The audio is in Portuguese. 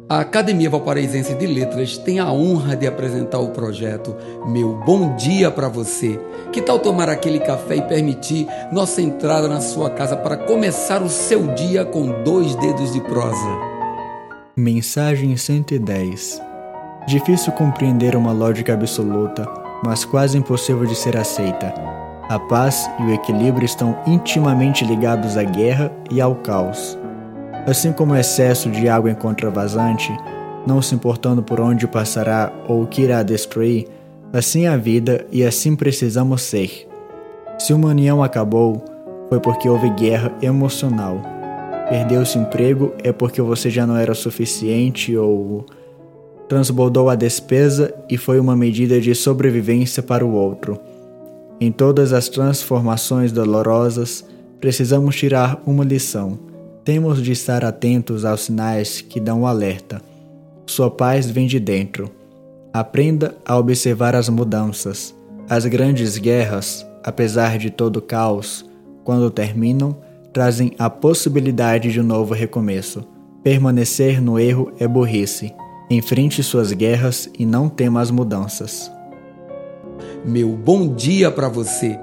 A Academia Valparaísense de Letras tem a honra de apresentar o projeto Meu Bom Dia para Você. Que tal tomar aquele café e permitir nossa entrada na sua casa para começar o seu dia com 2 dedos de prosa? Mensagem 110. Difícil compreender uma lógica absoluta, mas quase impossível de ser aceita. A paz e o equilíbrio estão intimamente ligados à guerra e ao caos. Assim como o excesso de água encontra vazante, não se importando por onde passará ou o que irá destruir, assim a vida e assim precisamos ser. Se uma união acabou, foi porque houve guerra emocional. Perdeu-se emprego é porque você já não era suficiente ou transbordou a despesa e foi uma medida de sobrevivência para o outro. Em todas as transformações dolorosas, precisamos tirar uma lição. Temos de estar atentos aos sinais que dão alerta. Sua paz vem de dentro. Aprenda a observar as mudanças. As grandes guerras, apesar de todo o caos, quando terminam, trazem a possibilidade de um novo recomeço. Permanecer no erro é burrice. Enfrente suas guerras e não tema as mudanças. Meu bom dia para você.